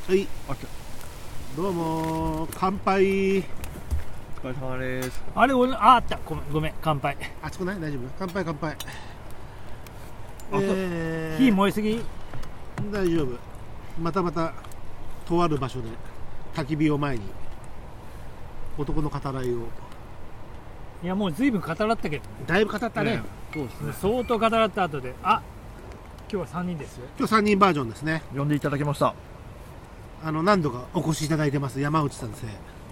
はい、どうも乾杯。 お疲れ様です。 あれ俺あったごめん乾杯。 熱くない？大丈夫？乾杯乾杯。 火燃えすぎ？ 大丈夫。またとある場所で焚き火を前に男の語らいを。 いやもう随分語らったけど、ね、 だいぶ語ったね。 そうですね。 相当語らった後で、今日は3人ですよ。 今日3人バージョンですね。 呼んでいただきました。 何度かお越しいただいてます山内先生。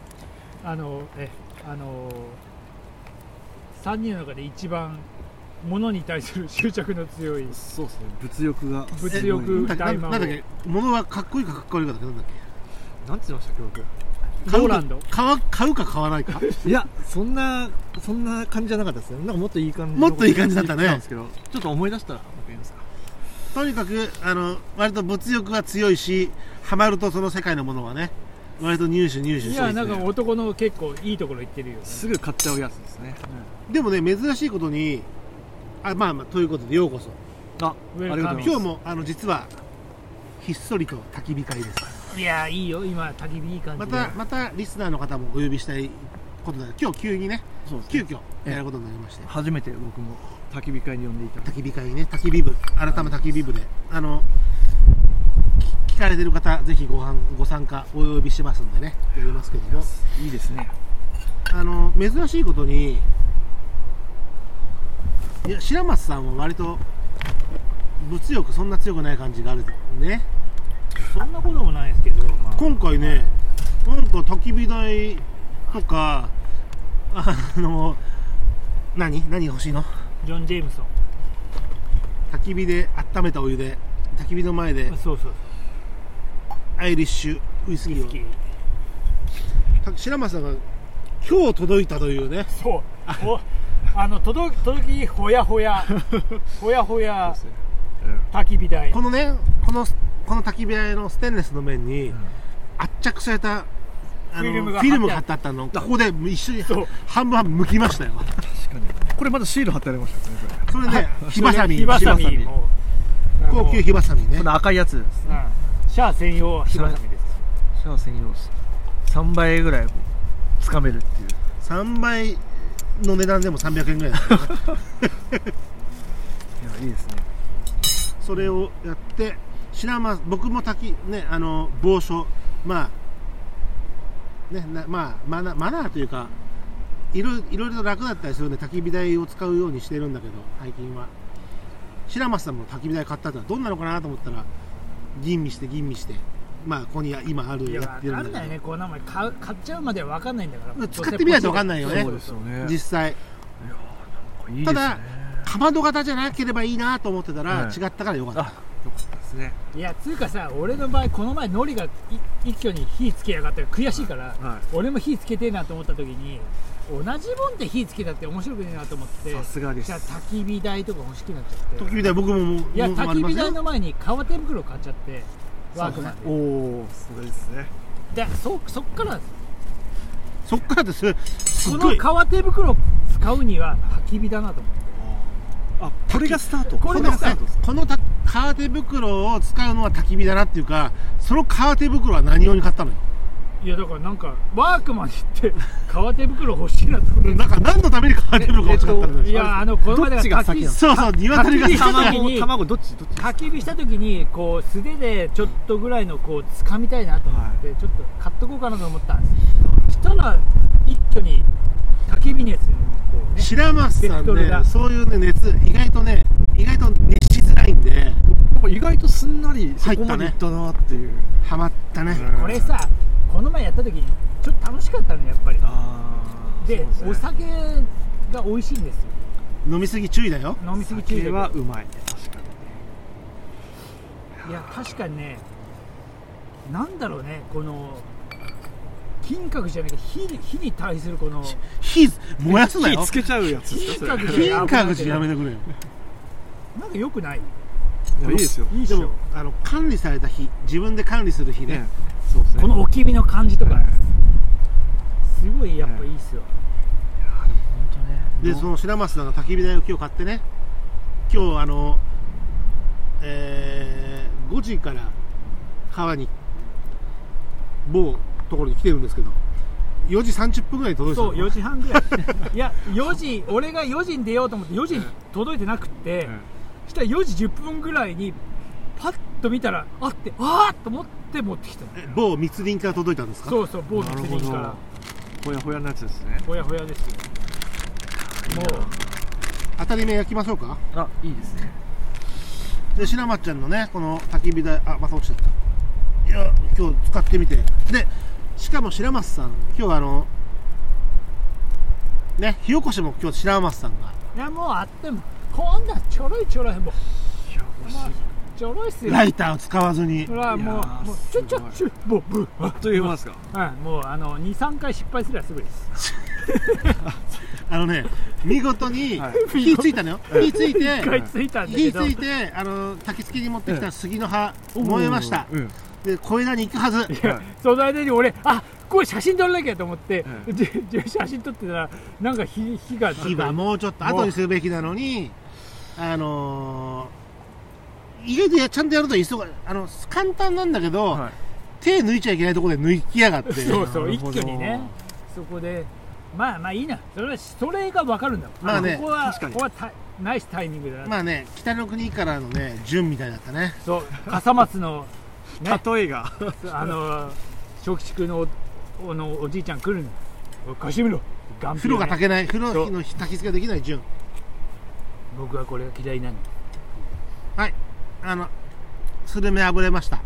3人の中で一番物に対する執着の強い。 そうですね。物欲大魔王。なんだっけ、物はかっこいいかかっこいいかだっけ、なんだっけ、 なんて言いましたっけ僕。 ローランド買うか買わないか。 いやそんな感じじゃなかったですよ。なんかもっといい感じ。 もっといい感じだったね。 なんですけど、ちょっと思い出したらわかりますか。 とにかく割と物欲が強いし、ハマるとその世界のものはね割と入手して、 いやなんか男の結構いいところ行ってるよね。 すぐ買っちゃうやつですね。 でもね、珍しいことにということでようこそ。 ありがとうございます。 今日も実はひっそりと焚き火会です。 いやいいよ、今焚き火いい感じで。 またリスナーの方もお呼びしたいことで、今日急にね、急遽やることになりまして、 初めて僕も焚き火会に呼んでいただいて。 焚き火会ね、焚き火部、改め焚き火部で聞かれてる方、ぜひご参加お呼びしますんでね、やりますけども、 いいですね。 珍しいことに、いや白松さんは割と物欲そんな強くない感じがあるね。 そんなこともないですけど、 今回ね、なんか焚き火台とか何欲しいの？ ジョン・ジェームソン。 焚き火で温めたお湯で焚き火の前でそうアイリッシュウイスキーを白松さんが今日届いたというね。 そう届きほやほや焚き火台。 この焚き火台のステンレスの面に圧着されたフィルムが貼ってあったの、ここで一緒に半分剥きましたよ。 確かにこれまだシール貼ってありましたね。 それね、火ばさみも高級火ばさみね。 この赤いやつです。 シャア専用火ばさみです。 シャア専用3倍ぐらいつかめるっていう。 3倍の値段でも300円ぐらいだからね。 いやいいですね。 それをやって僕も某所マナーというかいろいろと楽だったりするんで焚き火台を使うようにしてるんだけど、最近は白松さんも焚き火台買ったってどんなのかなと思ったら吟味してここに今あるやってるんだけど、 分かんないね、こう名前買っちゃうまで分かんないんだから、 使ってみないと分かんないよね。 そうですよね、 実際。 いやなんかいいですね。 ただかまど型じゃなければいいなと思ってたら、違ったからよかった。 よかったですね。 いやつうかさ、俺の場合この前ノリが一挙に火つけやがったら悔しいから、俺も火つけてえなと思った時に、同じもんで火つけたって面白くねえなと思って、 さすがです。 じゃあ焚き火台とか欲しくなっちゃって。 焚き火台僕もいや焚き火台の前に革手袋買っちゃって、ワークマンで。 おお、すごいですね。 でそっからですこの革手袋使うには焚き火だなと思って。 これがスタート。 この革手袋を使うのは焚き火だなっていうか、その革手袋は何用に買ったのよ。 いやだからなんかワークマンに行って革手袋欲しいなと思って。 なんか何のために革手袋が欲しかったんだよ。 いやこの前がそう鶏が卵どっち焚き火した時にこう素手でちょっとぐらいのこう掴みたいなと思って、ちょっと買っとこうかなと思ったんです。したら一挙に焚き火熱にこうね。 白松さんね、そういうね熱意外と熱しづらいんで、 なんか意外とすんなりそこまでいったなっていう。 ハマったね。 これさ、この前やった時にちょっと楽しかったのやっぱり。でお酒が美味しいんですよ。 飲みすぎ注意だよ。 飲みすぎ注意だよ。 はうまい。確かに。いや確かにね、なんだろうね、この金閣じゃなくて火に対するこの火燃やすなよ。 火つけちゃうやつ。 金閣寺やめてくれよ。 なんか良くない？ いいですよ。 いいでしょ。 管理された火、自分で管理する火ね。 そうですね。 この置き火の感じとか、すごいやっぱいいっすよ。 いやでも本当ね。 でその白松さんが焚き火台を今日買ってね、今日5時から川に某ところに来てるんですけど、4時30分ぐらいに届いてたの。 そう4時半ぐらいいや4時俺が4時に出ようと思って4時に届いてなくって、そしたら4時10分ぐらいにパッと見たらあってあーっと思って持ってきたの。 某密林から届いたんですか？ そうそう某密林からほやほやのやつですね。 ほやほやですよ。もう当たり目焼きましょうか。 あ、いいですね。 で白松ちゃんのねこの焚き火台、あ、また落ちちゃった。いや今日使ってみて、でしかも白松さん今日はね火起こしも今日白松さんがいやもうあってもこんなちょろいちょろいもう、まあ、ちょろいっすよ。 ライターを使わずに。 それはもうちょもうブあっという間ですか。 はい、もう2、3回失敗すればすぐです。 見事に火ついたのよ。火ついて一回ついたんだけど、 火ついて焚き付けに持ってきた杉の葉燃えました。で小枝に行くはず。 いやその間に俺これ写真撮らなきゃと思って、写真撮ってたらなんか火がもうちょっと後にするべきなのに意外とちゃんとやると簡単なんだけど、手抜いちゃいけないところで抜きやがって。 そう一挙にね。そこでまあいいな、それが分かるんだ。 まあね、 ここはナイスタイミングだな。 まあね、北の国からのね順みたいだったね。 そう笠松の例えが松竹のおじいちゃん来るの。貸してみろ。 風呂が炊けない、風呂の焚き付けができない順。 僕はこれが嫌いなの。 はい、スルメあぶれました。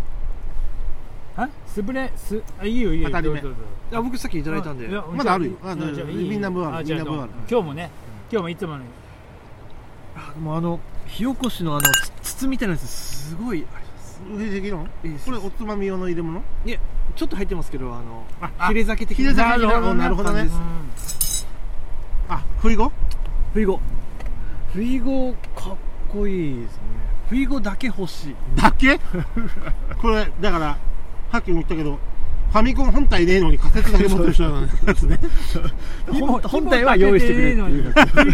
いいよいいよ。 当たり目。 僕さっきいただいたんで。 まだあるよ。みんな分ある。 今日もいつものも火起こしの筒みたいなやつすごいあります。 これおつまみ用の入れ物？ いやちょっと入ってますけどヒレ酒的な。なるほどね。ふいごかっこいいですね。ふいごだけ欲しい。 だけ？これだからさっきも言ったけどファミコン本体ねえのに仮説だけ持ってる人のやつね。 本体は用意してくれっていう。いや本当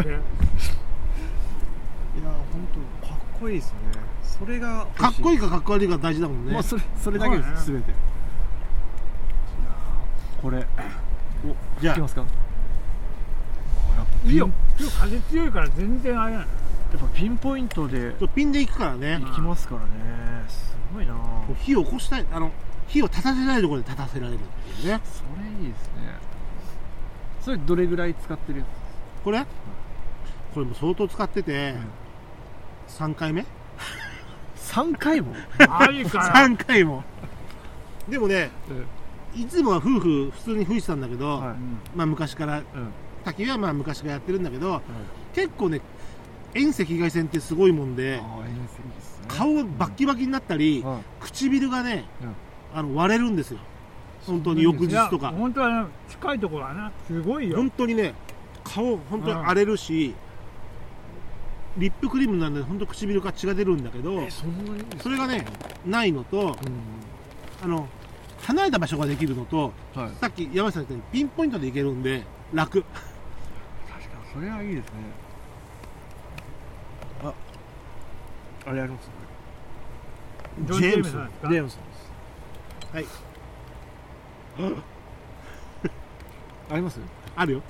かっこいいですね。それがかっこいいかかっこ悪いか大事だもんね。 それだけです全て。これじゃあいきますか。 いいよ。今日風強いから全然あれない。 やっぱピンポイントでピンで行くからね。 行きますからね。すごいな。 火を起こしたい、火を立たせないところで立たせられるっていうね。 それいいですね。それどれぐらい使ってるやつですか？ これも相当使ってて、3回目 3回も 3回もでもね、いつもは夫婦普通に吹いてたんだけど、まあ昔から焚き火はまあ昔からやってるんだけど、結構ね遠赤外線ってすごいもんで、顔バッキバキになったり、唇がね割れるんですよ。本当に翌日とか。 本当は近いところはなすごいよ。 本当にね顔本当に荒れるし、リップクリームなんで本当唇から血が出るんだけど、それがねないのと、離れた場所ができるのと、さっき山下さん言ったようにピンポイントでいけるんで楽。 確かにそれはいいですね。あれありますね。 ジェームさんですか？ ジェームさんです。 はい。 あります？ あるよ。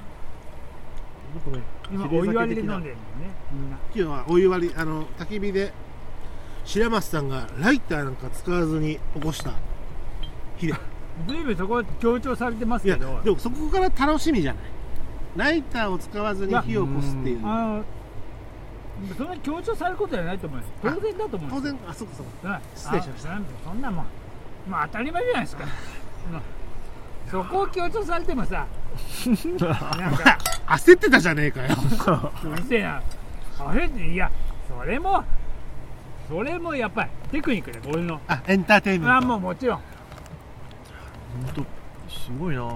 今お湯割りで飲んでるのね、みんな。 今日はお湯割り焚き火で白松さんがライターなんか使わずに起こした火で。 随分そこは強調されてますけど。 でもそこから楽しみじゃない。ライターを使わずに火を起こすっていう。 そんな強調されることじゃないと思います。当然だと思うんですよ。 当然、そうか失礼しました。 そんなもんまあ当たり前じゃないですか。そこを強調されてもさなんか焦ってたじゃねえかよ。 うるせえな。焦って、いやそれもやっぱりテクニックで俺のエンターテインメント。 もうもちろん本当すごいな。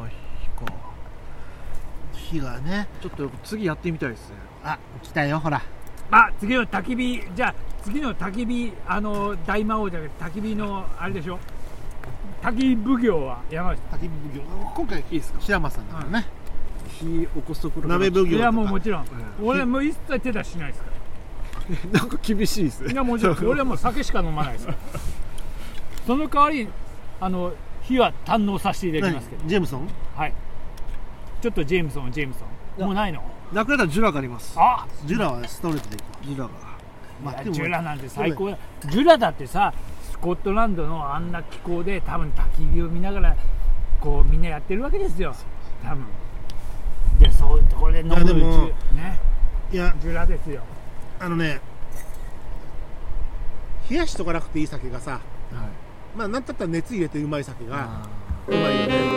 火がねちょっと次やってみたいですね。 来たよほら。 次の焚き火、じゃあ次の焚き火大魔王じゃなくて焚き火のあれでしょ。焚き火奉行は山下。 焚き火奉行今回いいですか？白松さんだからね。 火起こすところ鍋奉行。 いやもうもちろん。俺もう一切手出しないですから。 なんか厳しいですね。 いやもちろん俺はもう酒しか飲まないですから。その代わり火火は堪能させていただきますけど、 ジェームソンはいちょっとジェームソンもうないの？ なくなったらジュラがあります。 あジュラはストレートでいくわ。 ジュラがいやまあでもジュラなんて最高だ。ジュラだってさスコットランドのあんな気候で多分焚き火を見ながらこうみんなやってるわけですよ多分。でそういうところで飲むいやでもねいやジュラですよ。 冷やしとかなくていい酒がさ、まあなんだったら熱入れてうまい酒がうまいよね。